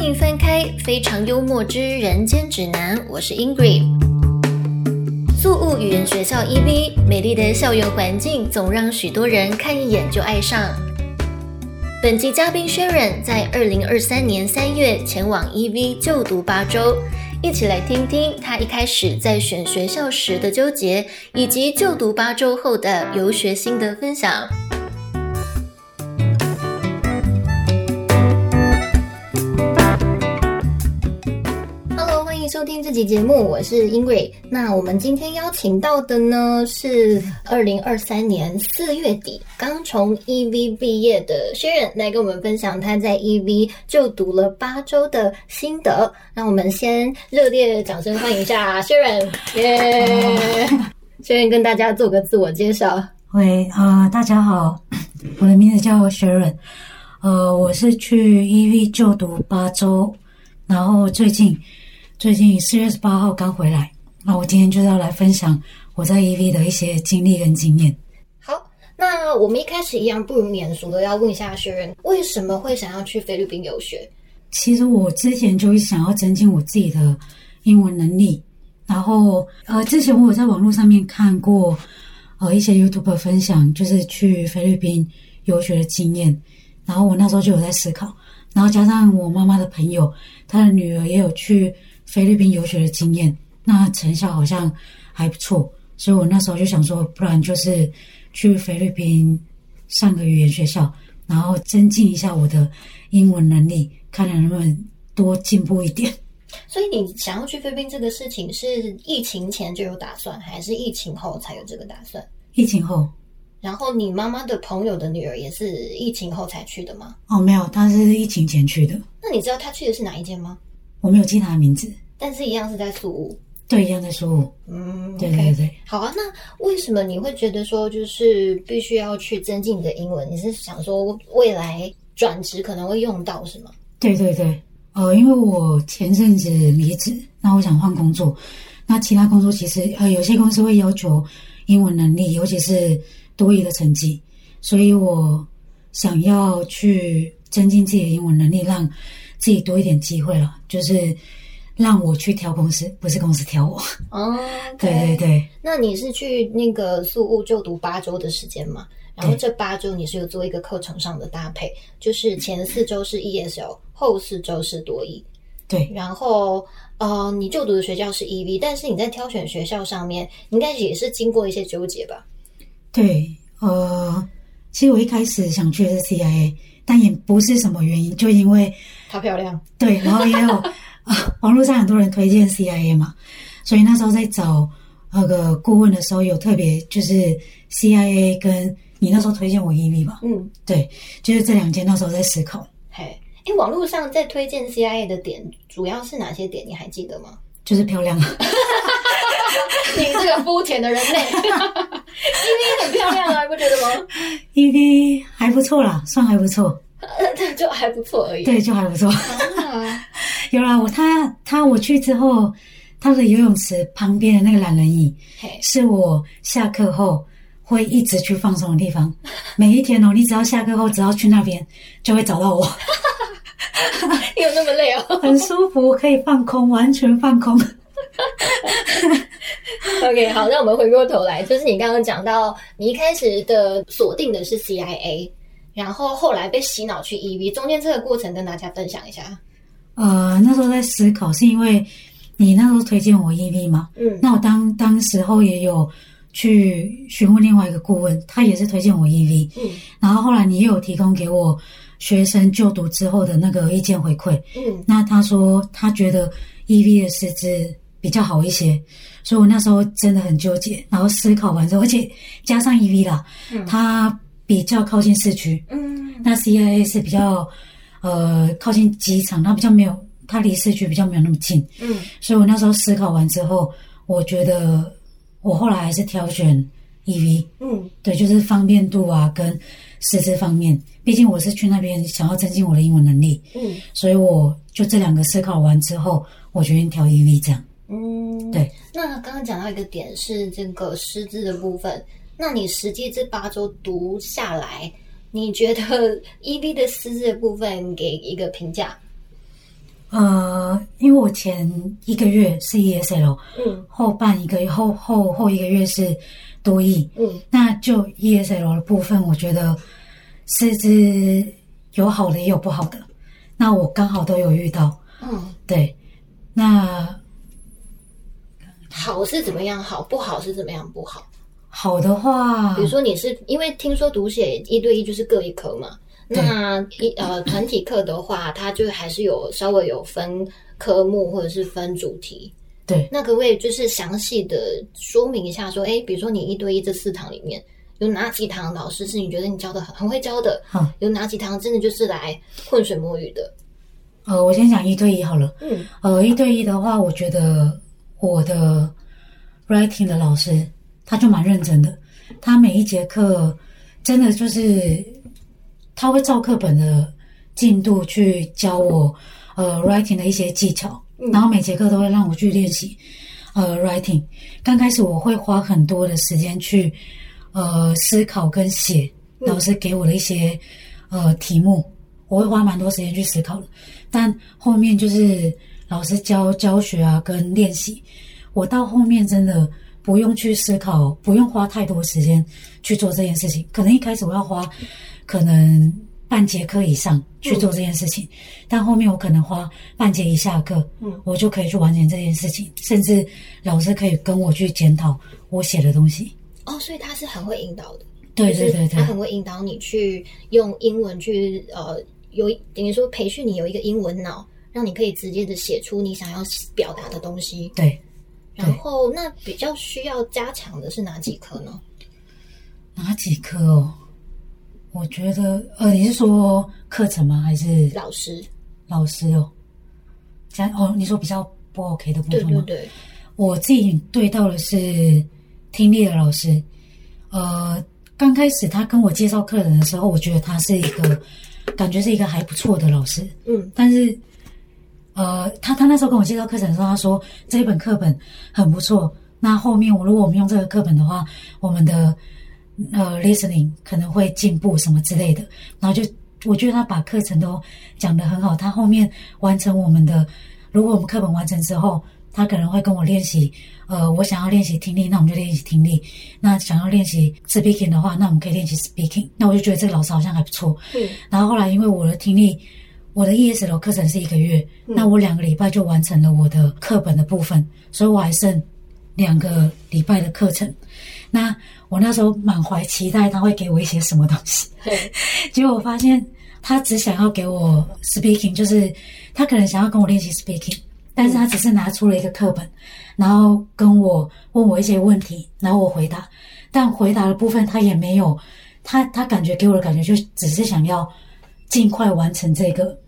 迎翻开非常幽默之人间指南，我是 Ingrid。宿务语言学校 EV， 美丽的校园环境总让许多人看一眼就爱上。本集嘉宾 Sharon 在2023年3月前往 EV 就读8周，一起来听听他一开始在选学校时的纠结，以及就读8周后的游学心得分享。欢迎收听这集节目，我是Ingrid。那我们今天邀请到的呢是2023年4月底刚从 EV 毕业的 Sharon 来跟我们分享他在 EV 就读了8周的心得。那我们先热烈掌声欢迎一下 Sharon， 耶！Sharon 跟大家做个自我介绍。 大家好，我的名字叫 Sharon， 我是去 EV 就读8周，然后最近4月18号刚回来，那我今天就是要来分享我在 EV 的一些经历跟经验。 好，那我们一开始一样不如免俗的要问一下学人，为什么会想要去菲律宾游学？ 其实我之前就想要增进我自己的英文能力，然后之前我有在网络上面看过一些 YouTuber 分享就是去菲律宾游学的经验，然后我那时候就有在思考，然后加上我妈妈的朋友，她的女儿也有去菲律宾游学的经验，那成效好像还不错，所以我那时候就想说，不然就是去菲律宾上个语言学校，然后增进一下我的英文能力，看能不能多进步一点。 所以你想要去菲律宾这个事情是疫情前就有打算，还是疫情后才有这个打算？ 疫情后。 然后你妈妈的朋友的女儿也是疫情后才去的吗？ 没有，她是疫情前去的。 那你知道她去的是哪一间吗？ 我没有记她的名字， 但是一样是在宿务。 对，一样在宿务。对对对。 好啊，那为什么你会觉得说就是必须要去增进你的英文？你是想说未来转职可能会用到是吗？ 对对对。因为我前阵子离职，那我想换工作，那其他工作其实有些公司会要求英文能力，尤其是多益的成绩，所以我想要去增进自己的英文能力，让自己多一点机会了，就是让我去挑公司，不是公司挑我。对对对。 那你是去那个宿务就读8周的时间吗？然后这8周你是有做一个课程上的搭配，就是前4周是 ESL， 后4周是多益。 对。 然后你就读的学校是 EV， 但是你在挑选学校上面应该也是经过一些纠结吧？ 对。其实我一开始想去的是 CIA， 但也不是什么原因，就因为她漂亮。对。 然后也有网络上很多人推荐 CIA 嘛，所以那时候在找那个顾问的时候有特别就是 CIA 跟你那时候推荐我 EV 吧。对，就是这2间那时候在思考。 网络上在推荐 CIA 的点主要是哪些点你还记得吗？ 就是漂亮。 你这个肤浅的人类。EV 很漂亮啊，不觉得吗？ EV 还不错啦，算还不错。 就还不错而已。 对，就还不错。有啦，我去之后，他的游泳池旁边的那个懒人椅，是我下课后会一直去放松的地方。每一天你只要下课后只要去那边，就会找到我。 你有那么累哦？ 很舒服，可以放空，完全放空。 OK， 好，那我们回过头来，就是你刚刚讲到，你一开始的锁定的是 CIA， 然后后来被洗脑去 EV， 中间这个过程跟大家分享一下。 那时候在思考，是因为你那时候推荐我 EV 嘛，那我当时候也有去询问另外一个顾问，他也是推荐我 EV，然后后来你也有提供给我学生就读之后的那个意见回馈，那他说他觉得 EV 的师资比较好一些，所以我那时候真的很纠结，然后思考完之后，而且加上 EV 啦，它比较靠近市区，那 CIA 是比较靠近机场，它比较没有，它离市区比较没有那么近，所以我那时候思考完之后，我觉得我后来还是挑选 EV，对，就是方便度啊跟师资方面，毕竟我是去那边想要增进我的英文能力，所以我就这2个思考完之后，我决定挑 EV 这样。对。 那刚刚讲到一个点是这个师资的部分，那你实际这8周读下来，你觉得 EV 的师资的部分给一个评价？ 因为我前1个月是 ESL， 后半1个月后1个月是多益，那就 ESL 的部分，我觉得师资有好的也有不好的，那我刚好都有遇到，对，那好是怎么样好，不好是怎么样不好？ 好的话， 比如说你是因为听说读写1对1就是各一科嘛，那团体课的话，它就还是有稍微有分科目或者是分主题。 对， 那可不可以就是详细的说明一下说，比如说你1对1这4堂里面，有哪几堂老师是你觉得你教的很会教的？有哪几堂真的就是来浑水摸鱼的？ 我先讲1对1好了。1对1的话，我觉得我的 writing 的老师他就蛮认真的，他每一节课真的就是他会照课本的进度去教我writing 的一些技巧，然后每节课都会让我去练习writing。刚开始我会花很多的时间去思考跟写老师给我的一些题目，我会花蛮多时间去思考的。但后面就是老师教学啊跟练习，我到后面真的不用去思考，不用花太多时间去做这件事情。可能一开始我要花可能半节课以上去做这件事情，但后面我可能花半节以下课，我就可以去完成这件事情，甚至老师可以跟我去检讨我写的东西。 所以他是很会引导的。 对对对对， 他很会引导你去用英文去等于说培训你有一个英文脑，让你可以直接的写出你想要表达的东西。 对。 然后那比较需要加强的是哪几科呢？ 哪几科哦？我觉得你是说课程吗？还是老师哦？你说比较不 OK 的部分吗？ 对， 我自己对到的是听力的老师。刚开始他跟我介绍课程的时候，我觉得他是一个感觉是一个还不错的老师。但是他那时候跟我介绍课程的时候，他说这一本课本很不错，那后面如果我们用这个课本的话，我们的listening 可能会进步什么之类的。然后我觉得他把课程都讲得很好，他后面完成如果我们课本完成之后，他可能会跟我练习我想要练习听力，那我们就练习听力，那想要练习 speaking 的话，那我们可以练习 speaking。 那我就觉得这个老师好像还不错。然后后来因为我的听力，我的 ESL 课程是1个月，那我2个礼拜就完成了我的课本的部分，所以我还剩2个礼拜的课程。那我那时候满怀期待他会给我一些什么东西，结果我发现他只想要给我 speaking， 就是他可能想要跟我练习 speaking， 但是他只是拿出了一个课本，然后问我一些问题，然后我回答，但回答的部分他也没有，他感觉给我的感觉就只是想要尽快完成这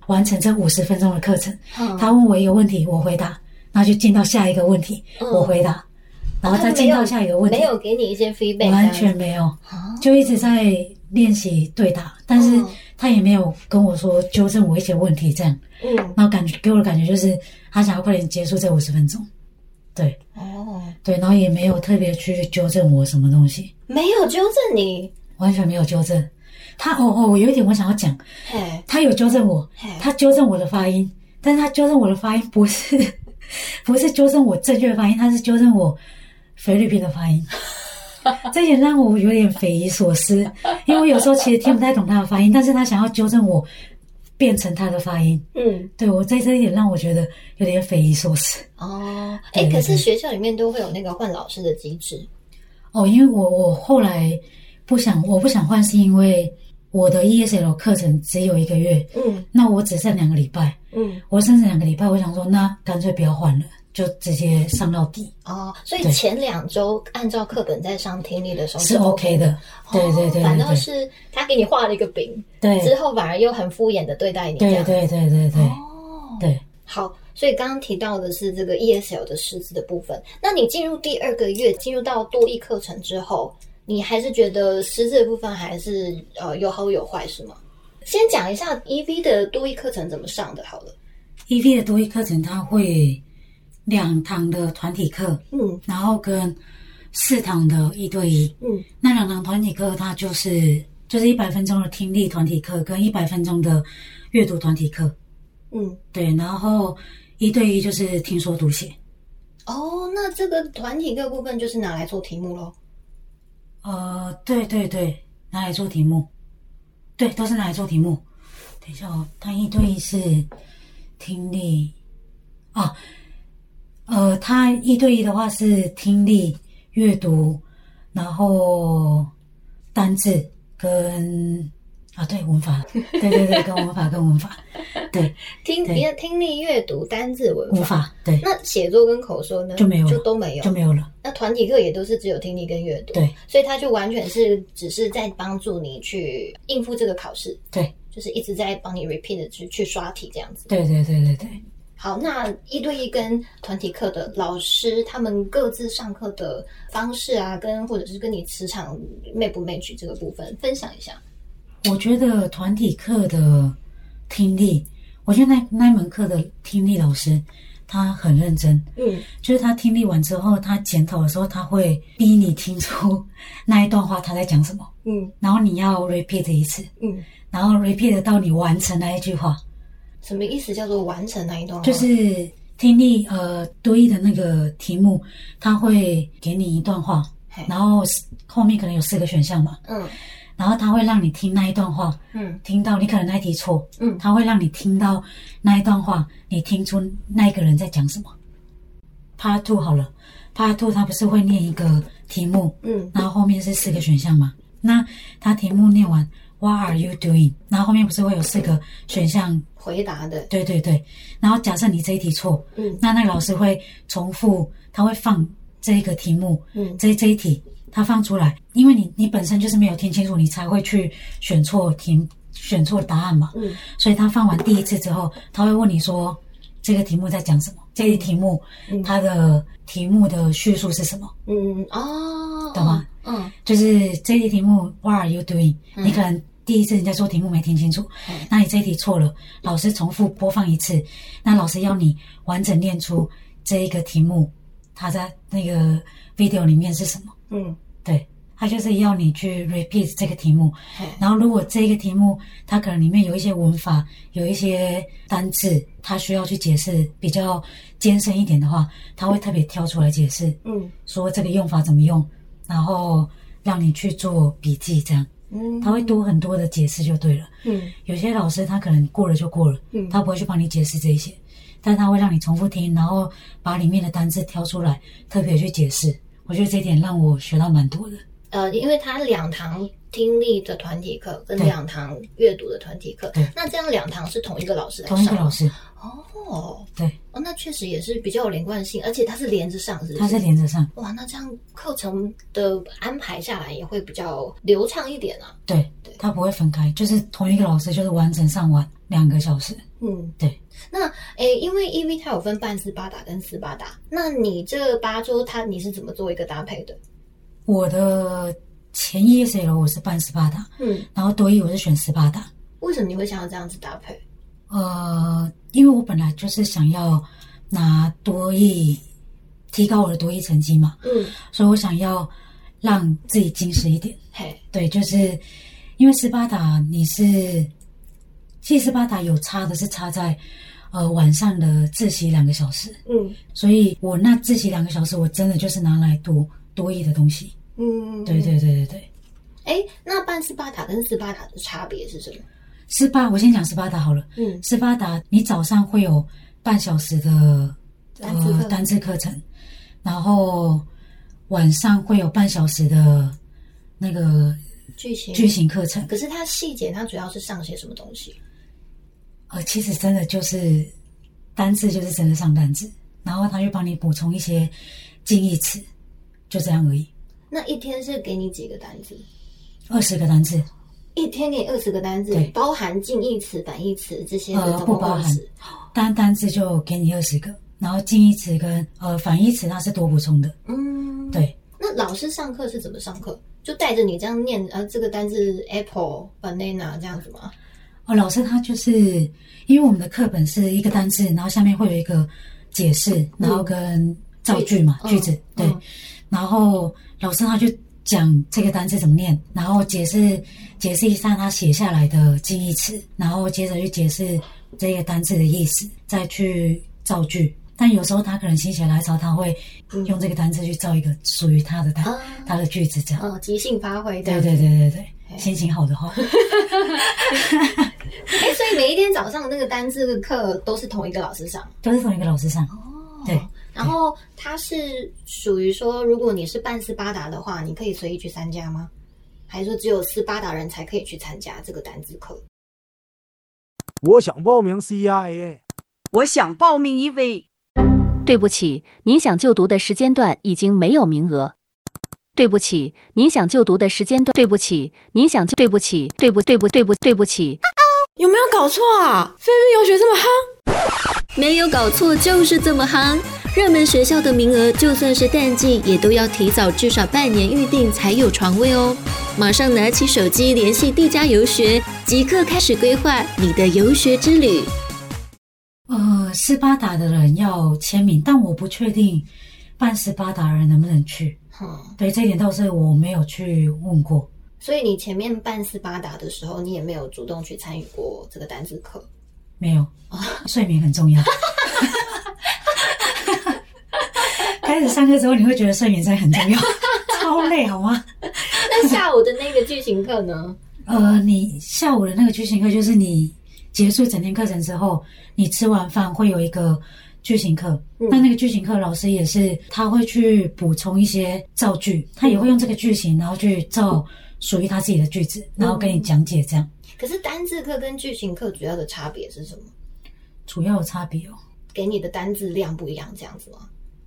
50分钟的课程。他问我一个问题，我回答，然后就进到下一个问题，我回答，然后再进到下一个问题。 没有给你一些 feedback， 完全没有，就一直在练习对答，但是他也没有跟我说纠正我一些问题这样。然后给我的感觉就是他想要快点结束这50分钟。对，对，然后也没有特别去纠正我什么东西， 没有纠正你， 完全没有纠正。他有一点我想要讲，他有纠正我，他纠正我的发音，但是他纠正我的发音不是纠正我正确的发音，他是纠正我菲律宾的发音。这也让我有点匪夷所思，因为我有时候其实听不太懂他的发音，但是他想要纠正我变成他的发音。对，我这一点让我觉得有点匪夷所思。 可是学校里面都会有那个换老师的机制。 因为我后来我不想换，是因为我的 ESL 课程只有1个月，那我只剩2个礼拜，我剩2个礼拜，我想说那干脆不要换了，就直接上到底。 所以前2周按照课本在上听力的时候是 OK 的。对， 反倒是他给你画了一个饼，对，之后反而又很敷衍的对待你。对。对，好，所以刚刚提到的是这个 ESL 的师资的部分。那你进入第2个月，进入到多益课程之后，你还是觉得师资的部分还是有好有坏是吗？先讲一下 EV 的多益课程怎么上的好了。 EV 的多益课程它会2堂的团体课，然后跟4堂的1对1，那2堂团体课它就是100分钟的听力团体课跟100分钟的阅读团体课。 对，然后1对1就是听说读写。 哦，那这个团体课部分就是拿来做题目咯。 对对对，拿来做题目，对，都是拿来做题目。等一下哦，他1对1是听力啊，他1对1的话是听力、阅读，然后单字跟对，文法，对对对，跟文法，对， 听力、阅读、单字、文法，对。 那写作跟口说呢？ 就没有了， 就都没有， 就没有了。 那团体课也都是只有听力跟阅读， 对， 所以它就完全是只是在帮助你去应付这个考试， 对， 就是一直在帮你 repeat 的去刷题这样子。 对对对对对。 好，那1对1跟团体课的老师，他们各自上课的方式啊，或者是跟你磁场 match 不 match 这个部分，分享一下。 我觉得团体课的听力，我觉得那门课的听力老师他很认真，就是他听力完之后，他检讨的时候，他会逼你听出那一段话他在讲什么，然后你要 repeat 一次，然后 repeat 到你完成那一句话。 什么意思叫做完成那一段话？ 就是听力多益的那个题目，他会给你一段话，然后后面可能有4个选项嘛，然后他会让你听那一段话，听到你可能那一题错，他会让你听到那一段话，你听出那一个人在讲什么。Part 2好了，Part 2他不是会念一个题目，然后后面是4个选项嘛？那他题目念完 ，What are you doing？ 然后后面不是会有4个选项回答的？ 对对对。然后假设你这一题错，那个老师会重复，他会放这个题目，这一题。他放出来，因为你本身就是没有听清楚，你才会去选错答案嘛。所以他放完第一次之后，他会问你说这个题目在讲什么？这一题目，它的题目的叙述是什么？懂吗？就是这一题目 What are you doing？你可能第一次你在做题目没听清楚，那你这一题错了，老师重复播放一次，那老师要你完整念出这一个题目，它在那个 video 里面是什么？对，他就是要你去 repeat 这个题目，然后如果这个题目它可能里面有一些文法，有一些单字，它需要去解释比较艰深一点的话，他会特别挑出来解释，说这个用法怎么用，然后让你去做笔记，这样，他会多很多的解释就对了。有些老师他可能过了就过了，他不会去帮你解释这些，但他会让你重复听，然后把里面的单字挑出来，特别去解释。我觉得这一点让我学到蛮多的。 因为他2堂听力的团体课跟2堂阅读的团体课，那这样2堂是同一个老师来上？同一个老师。对。 那确实也是比较有连贯性，而且它是连着上，是不是？ 它是连着上。 哇，那这样课程的安排下来也会比较流畅一点啊。 对，它不会分开，就是同一个老师就是完整上完2个小时。对。 那因为 EV 它有分半斯巴达跟斯巴达，那你这8周你是怎么做一个搭配的？ 我的前ESL 我是半斯巴达，然后多益我是选斯巴达。 为什么你会想要这样子搭配？ 因为我本来就是想要拿多益提高我的多益成绩嘛，所以我想要让自己精实一点。对，就是因为斯巴达其实斯巴达有差的是差在晚上的自习2个小时，所以我那自习2个小时我真的就是拿来读多益的东西。对对对对对。 那半斯巴达跟斯巴达的差别是什么？ 我先讲斯巴达好了。斯巴达你早上会有半小时的单字课程，然后晚上会有半小时的那个句型课程。 可是它细节它主要是上些什么东西？ 其实真的就是单字，就是真的上单字，然后他就帮你补充一些近义词，就这样而已。 那一天是给你几个单字 ？20个单字。 一天给你20个单字，包含近义词、反义词这些的， 不包含。单字就给你20个，然后近义词跟反义词它是多补充的。对。 那老师上课是怎么上课？就带着你这样念这个单字 apple banana 这样子吗？ 老师他就是因为我们的课本是一个单字，然后下面会有一个解释，然后跟造句嘛，句子。对。然后老师他就讲这个单词怎么念，然后解释一下他写下来的近义词，然后接着去解释这个单字的意思，再去造句。但有时候他可能心血来潮，他会用这个单词去造一个属于他的他的句子，这样。 即兴发挥。 对，心情好的话。 所以每一天早上那个单字课都是同一个老师上？都是同一个老师上。对。 然后它是属于说，如果你是办斯巴达的话，你可以随意去参加吗？还是说只有斯巴达人才可以去参加这个单字课？ 我想报名 CIA。 我想报名EV。 对不起，您想就读的时间段已经没有名额。对不起，您想就读的时间段。对不起，您想对不起，对不起。 有没有搞错啊？菲律宾游学这么夯？ 没有搞错，就是这么夯。热门学校的名额，就算是淡季，也都要提早至少半年预定才有床位哦。马上拿起手机联系地家游学，即刻开始规划你的游学之旅。 斯巴达的人要签名，但我不确定办斯巴达人能不能去。对，这一点倒是我没有去问过。 所以你前面办斯巴达的时候，你也没有主动去参与过这个单字课？ 没有。睡眠很重要。开始上课之后，你会觉得睡眠真的很重要，超累好吗？ 那下午的那个剧情课呢？ 你下午的那个剧情课就是你结束整天课程之后，你吃完饭会有一个剧情课。那个剧情课老师也是，他会去补充一些造句，他也会用这个句型，然后去造属于他自己的句子，然后跟你讲解这样。 可是单字课跟剧情课主要的差别是什么？ 主要的差别给你的单字量不一样，这样子吗？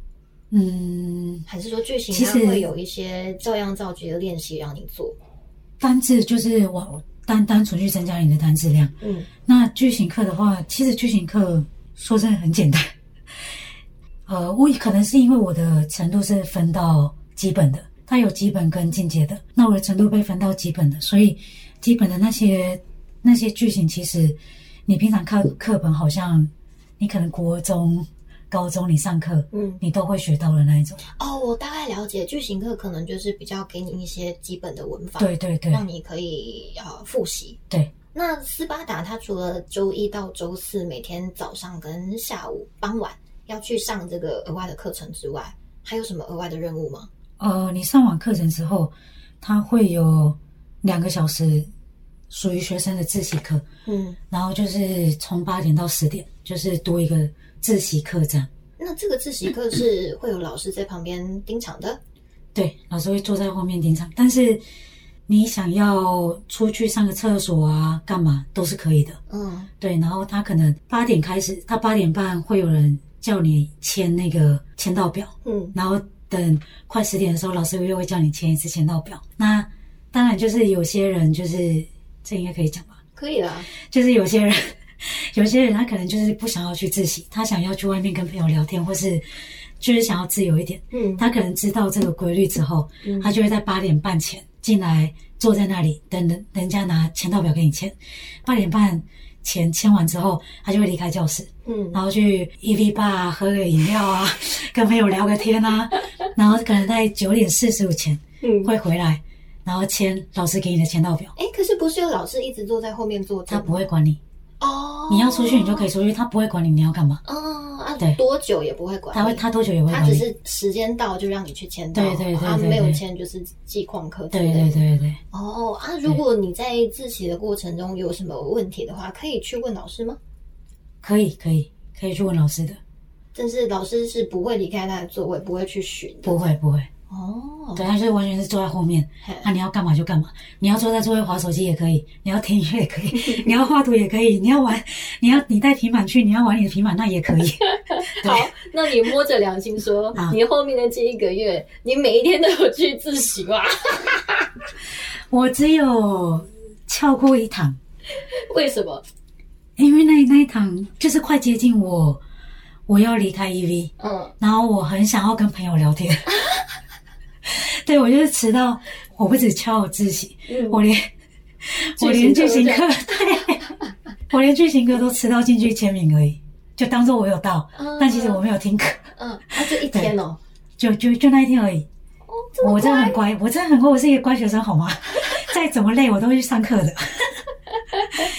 还是说剧情它会有一些照样造句的练习让你做？ 单字就是我单纯去增加你的单字量。那剧情课的话，其实剧情课说真的很简单。我可能是因为我的程度是分到基本的，它有基本跟进阶的，那我的程度被分到基本的，所以基本的那些剧情，其实你平常看课本好像你可能国中高中你上课你都会学到的那一种。 我大概了解，剧情课可能就是比较给你一些基本的文法， 对， 让你可以复习。 对。 那斯巴达它除了周一到周四每天早上跟下午傍晚要去上这个额外的课程之外，还有什么额外的任务吗？ 你上完课程之后，它会有2个小时属于学生的自习课。然后就是从8点到10点，就是多一个自习课这样。 那这个自习课是会有老师在旁边盯场的？ 对，老师会坐在后面盯场，但是你想要出去上个厕所啊干嘛都是可以的。对，然后他可能8点开始，他8点半会有人叫你签那个签到表。然后等快10点的时候，老师又会叫你签一次签到表。那当然就是有些人就是这应该可以讲吧？ 可以啦。 就是有些人他可能就是不想要去自习，他想要去外面跟朋友聊天，或是就是想要自由一点。他可能知道这个规律之后，他就会在8点半前进来，坐在那里等人家拿签到表给你签。8点半前签完之后，他就会离开教室，然后去 EV bar 喝个饮料啊，跟朋友聊个天啊，然后可能在9点45前会回来，然后签老师给你的签到表。 可是不是有老师一直坐在后面坐着？ 他不会管你。你要出去你就可以出去，他不会管你要干嘛。 对，多久也不会管你。 他多久也不会管你。 他只是时间到就让你去签到。 对， 没有签就是记旷课之类的。对。 如果你在自习的过程中有什么问题的话，可以去问老师吗？ 可以去问老师的。 但是老师是不会离开他的座位，不会去巡的。 不会。对，他就完全是坐在后面。你要干嘛就干嘛，你要坐在座位滑手机也可以，你要听音乐也可以，你要画图也可以，你带平板去，你要玩你的平板那也可以。 好，那你摸着良心说，你后面的这1个月，你每一天都有去自习吗？ 我只有翘过1堂。 为什么？ 因为那一堂就是快接近我要离开 EV，然后我很想要跟朋友聊天。对，我就是迟到，我不止翘自习，我连剧情课，对，我连剧情课都迟到进去签名而已，就当作我有到，但其实我没有听课。 就1天哦， 就那一天而已。我真的很乖，我是一个乖学生好吗？再怎么累我都会去上课的。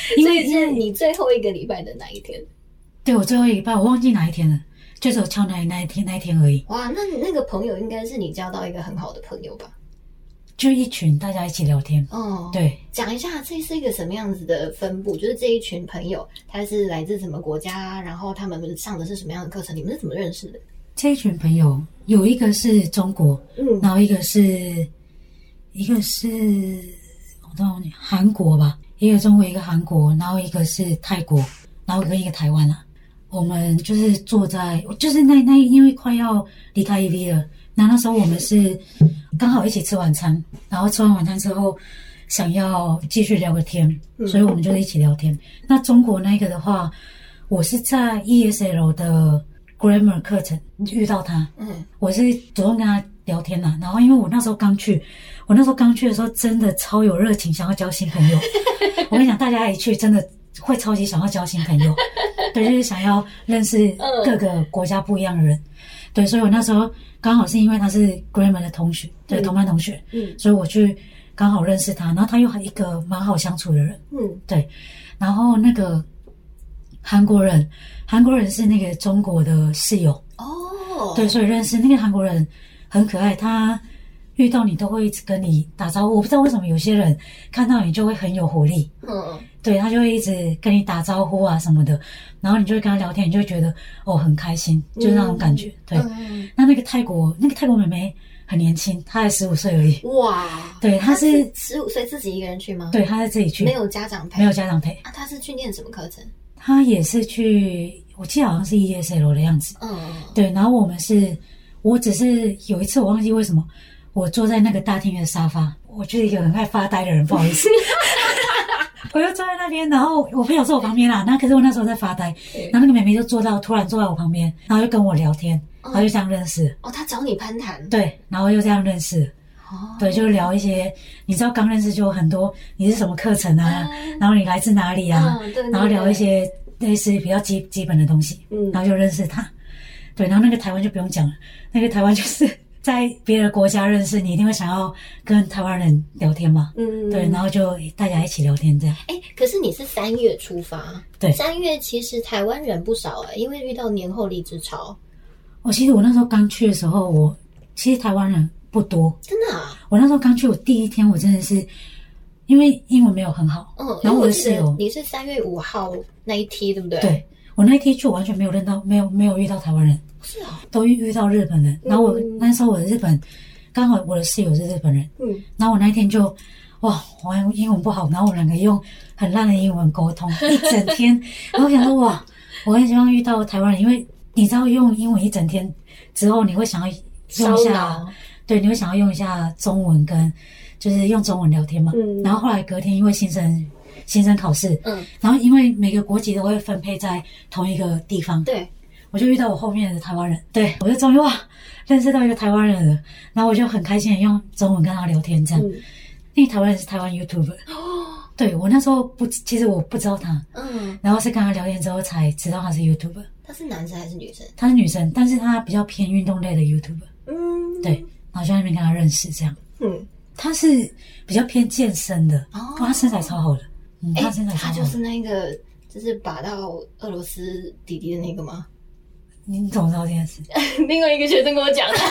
所以是你最后一个礼拜的哪一天？ 对，我最后一个礼拜我忘记哪一天了，就只有敲那一天而已。 哇，那个朋友应该是你交到一个很好的朋友吧？ 就一群大家一起聊天。 哦， 对， 讲一下这是一个什么样子的分布？就是这一群朋友他是来自什么国家，然后他们上的是什么样的课程？你们是怎么认识的？ 这一群朋友有一个是中国，然后一个是我都忘记韩国吧，一个中国一个韩国，然后一个是泰国，然后跟一个台湾啊。我们就是坐在，就是那因为快要离开 EV 了，那时候我们是刚好一起吃晚餐，然后吃完晚餐之后想要继续聊个天，所以我们就一起聊天。那中国那个的话，我是在 ESL 的 Grammar 课程遇到他，我是主动跟他聊天啦。然后因为我那时候刚去的时候真的超有热情，想要交新朋友。我跟你讲，大家一去真的会超级想要交新朋友，对，就是想要认识各个国家不一样的人，对，所以我那时候刚好是因为他是 Grammar 的同学，对，同班同学，所以我去刚好认识他，然后他又一个蛮好相处的人，对，然后那个韩国人是那个中国的室友，哦，对，所以认识那个韩国人很可爱，他遇到你都会一直跟你打招呼，我不知道为什么有些人看到你就会很有活力，对，他就会一直跟你打招呼啊什么的，然后你就会跟他聊天，你就会觉得很开心，就是那种感觉，对。那个泰国妹妹很年轻，她才15岁而已。哇！对，她是 15岁自己一个人去吗？ 对，她是自己去， 没有家长陪。啊，她是去念什么课程？ 她也是去，我记得好像是 ESL 的样子。对，然后我只是有一次我忘记为什么，我坐在那个大厅的沙发，我就是一个很爱发呆的人，不好意思。我就坐在那边，然后我朋友坐我旁边啦，可是我那时候在发呆，然后那个妹妹就突然坐在我旁边，然后就跟我聊天，然后就这样认识。 她找你攀谈。对， 然后又这样认识。对，就聊一些，你知道刚认识就有很多，你是什么课程啊，然后你来自哪里啊，然后聊一些类似比较基本的东西，然后就认识他。对，然后那个台湾就不用讲了，那个台湾就是在别的国家认识，你一定会想要跟台湾人聊天嘛，对，然后就大家一起聊天这样。 可是你是3月出发， 对 ，3月其实台湾人不少因为遇到年后离职潮。 其实我那时候刚去的时候，其实台湾人不多， 真的啊。 我那时候刚去，我第一天我真的是因为英文没有很好，然后我的室友， 你是3月5号那一梯对不对？ 对，我那一梯去我完全没有没有遇到台湾人。 是啊， 都遇到日本人，然后那时候我的日本刚好我的室友是日本人，然后我那一天就我英文不好，然后我们两个用很烂的英文沟通一整天，然后我想说我很希望遇到台湾人，因为你知道用英文一整天之后，你会想要用一下，对，你会想要用一下中文跟就是用中文聊天嘛，然后后来隔天因为新生考试，然后因为每个国籍都会分配在同一个地方， 对。 我就遇到我后面的台湾人，对，我就终于认识到一个台湾人了，然后我就很开心的用中文跟他聊天这样。那个台湾人是台湾 YouTuber，对，我那时候其实我不知道他，然后是跟他聊天之后才知道他是 YouTuber。 他是男生还是女生？ 他是女生，但是他比较偏运动类的 YouTuber，对，然后就在那边跟他认识这样。他是比较偏健身的，他身材超好的，他身材超好的。 他就是那个就是把到俄罗斯弟弟的那个吗？ 你怎么知道这件事？ 另外一个学生跟我讲的。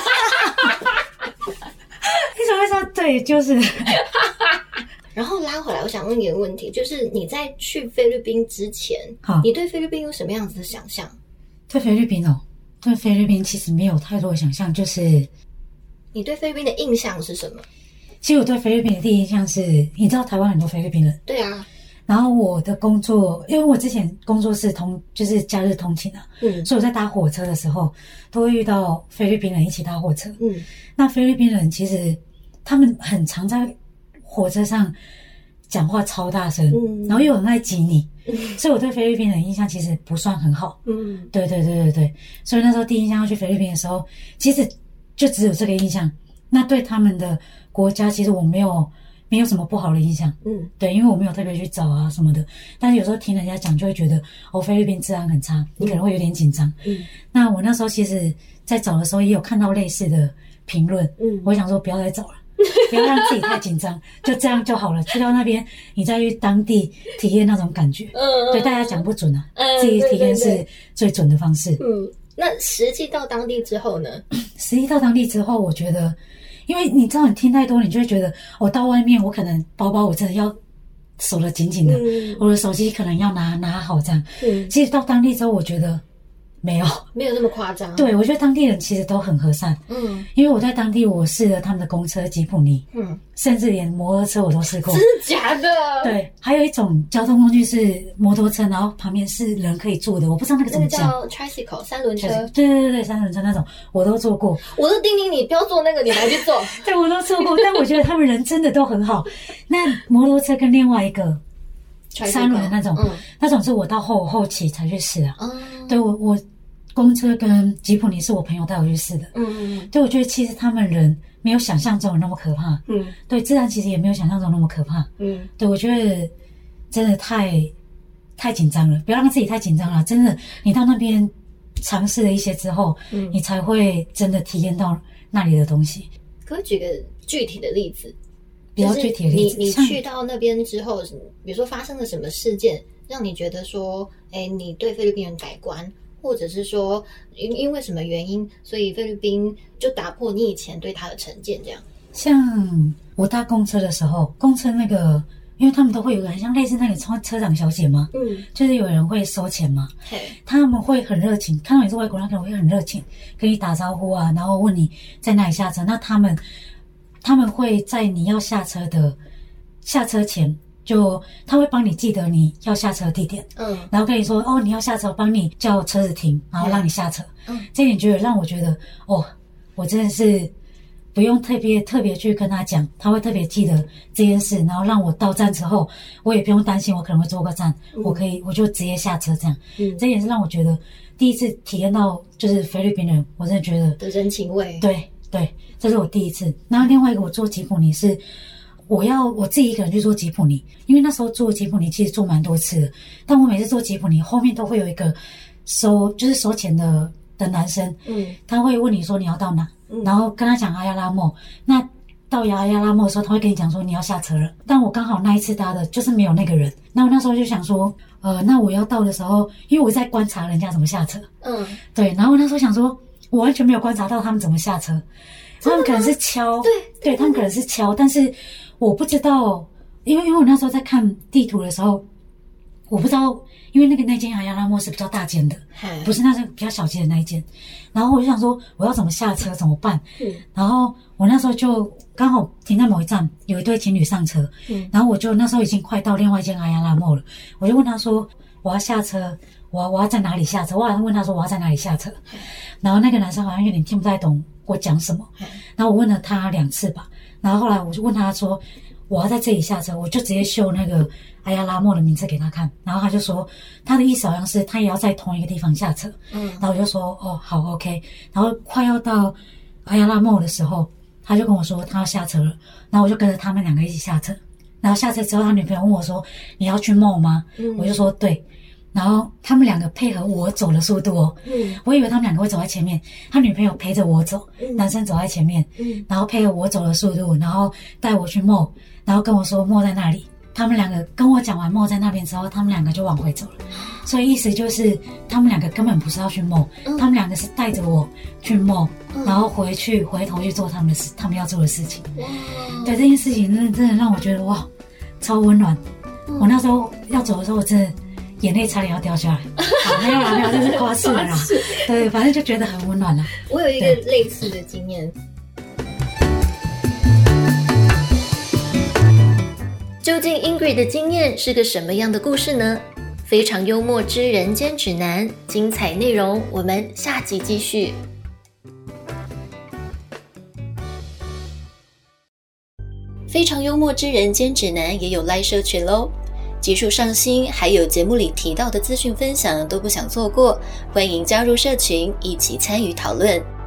你怎么会说？对，就是。 然后拉回来，我想问你一个问题，就是你在去菲律宾之前，你对菲律宾有什么样子的想象？ 对菲律宾其实没有太多的想象，就是你对菲律宾的印象是什么？ 其实我对菲律宾的第一印象是，你知道台湾很多菲律宾人， 对啊。 然后我的工作，因为我之前工作是就是假日通勤啊，所以我在搭火车的时候都会遇到菲律宾人一起搭火车。那菲律宾人其实他们很常在火车上讲话超大声，然后又很爱挤你，所以我对菲律宾人的印象其实不算很好。对，所以那时候第一印象要去菲律宾的时候，其实就只有这个印象。那对他们的国家，其实我没有什么不好的印象，对，因为我没有特别去找啊什么的，但是有时候听人家讲就会觉得菲律宾治安很差，你可能会有点紧张。那我那时候其实在找的时候也有看到类似的评论，我想说不要再找了， 不要让自己太紧张，就这样就好了。去到那边，你再去当地体验那种感觉。对大家讲不准啊，自己体验是最准的方式。 那实际到当地之后呢？ 实际到当地之后，我觉得，因为你知道你听太多，你就会觉得我到外面，我可能包包我真的要守得紧紧的，我的手机可能要拿好这样。其实到当地之后，我觉得没有那么夸张。对， 我觉得当地人其实都很和善。因为我在当地我试了他们的公车吉普尼，甚至连摩托车我都试过。 真的假的？对， 还有一种交通工具是摩托车，然后旁边是人可以坐的，我不知道那个怎么讲。 那个叫 tricycle 三轮车。 对，三轮车那种我都坐过。 我都叮咛你不要坐那个，你还去坐。 对，我都坐过，但我觉得他们人真的都很好。那摩托车跟另外一个三轮的那种，那种是我到后期才去试啊。对，我公车跟吉普尼是我朋友带我去试的。对，我觉得其实他们人没有想象中的那么可怕。对，自然其实也没有想象中那么可怕。对，我觉得真的太紧张了，不要让自己太紧张了。真的，你到那边尝试了一些之后，你才会真的体验到那里的东西。 可不可以举个具体的例子？ 比较具体的例子， 你去到那边之后，比如说发生了什么事件，让你觉得说，你对菲律宾人改观，或者是说，因为什么原因，所以菲律宾就打破你以前对他的成见，这样。 像我搭公车的时候，公车那个，因为他们都会有个很像类似那个车长小姐嘛，就是有人会收钱嘛，他们会很热情，看到你是外国人，他可能会很热情跟你打招呼啊，然后问你在哪里下车，那他们会在你要下车前，就他会帮你记得你要下车的地点，然后跟你说你要下车，帮你叫车子停，然后让你下车。这一点让我觉得我真的是不用特别去跟他讲，他会特别记得这件事，然后让我到站之后，我也不用担心我可能会坐个站，我就直接下车这样。这也是让我觉得第一次体验到就是菲律宾人，我真的觉得的人情味。 对，这是我第一次。然后另外一个我坐吉普尼是我自己一个人去坐吉普尼，因为那时候坐吉普尼其实坐蛮多次的，但我每次坐吉普尼后面都会有一个收钱的男生，他会问你说你要到哪，然后跟他讲阿亚拉莫，那到阿亚拉莫的时候他会跟你讲说你要下车了，但我刚好那一次搭的就是没有那个人，那我那时候就想说那我要到的时候，因为我在观察人家怎么下车，对，然后我那时候想说我完全没有观察到他们怎么下车，他们可能是敲，对，他们可能是敲，但是我不知道，因为我那时候在看地图的时候，我不知道，因为那间阿亚拉莫是比较大间的，不是那是比较小间的那一间，然后我就想说我要怎么下车怎么办，然后我那时候就刚好停在某一站，有一对情侣上车，然后我就那时候已经快到另外一间阿亚拉莫了，我就问他说我要下车，我要在哪里下车，我好像问他说我要在哪里下车，然后那个男生好像有点听不太懂我讲什么，然后我问了他2次吧，然后后来我就问他说我要在这里下车，我就直接秀那个阿亚拉莫的名字给他看，然后他就说他的意思好像是他也要在同一个地方下车，然后我就说好 OK， 然后快要到阿亚拉莫的时候，他就跟我说他要下车了，然后我就跟着他们2个一起下车，然后下车之后他女朋友问我说你要去 mall 吗？我就说对，然后他们2个配合我走的速度我以为他们2个会走在前面，他女朋友陪着我走，男生走在前面，然后配合我走的速度，然后带我去 mall， 然后跟我说 mall 在那里，他们2个跟我讲完 mall 在那边之后，他们2个就往回走了，所以意思就是他们2个根本不是要去 mall，他们2个是带着我去 mall，然后回头去做他们要做的事情。对，这件事情真的让我觉得哇超温暖，我那时候要走的时候我真的眼泪差点要掉下来，没有，这是夸饰的啦。对，反正就觉得很温暖啦。 我有一个类似的经验。究竟 Ingrid 的经验是个什么样的故事呢？非常幽默之人间指南，精彩内容我们下集继续。非常幽默之人间指南也有 LINE 社群咯，集数上新，还有节目里提到的资讯分享都不想错过，欢迎加入社群一起参与讨论。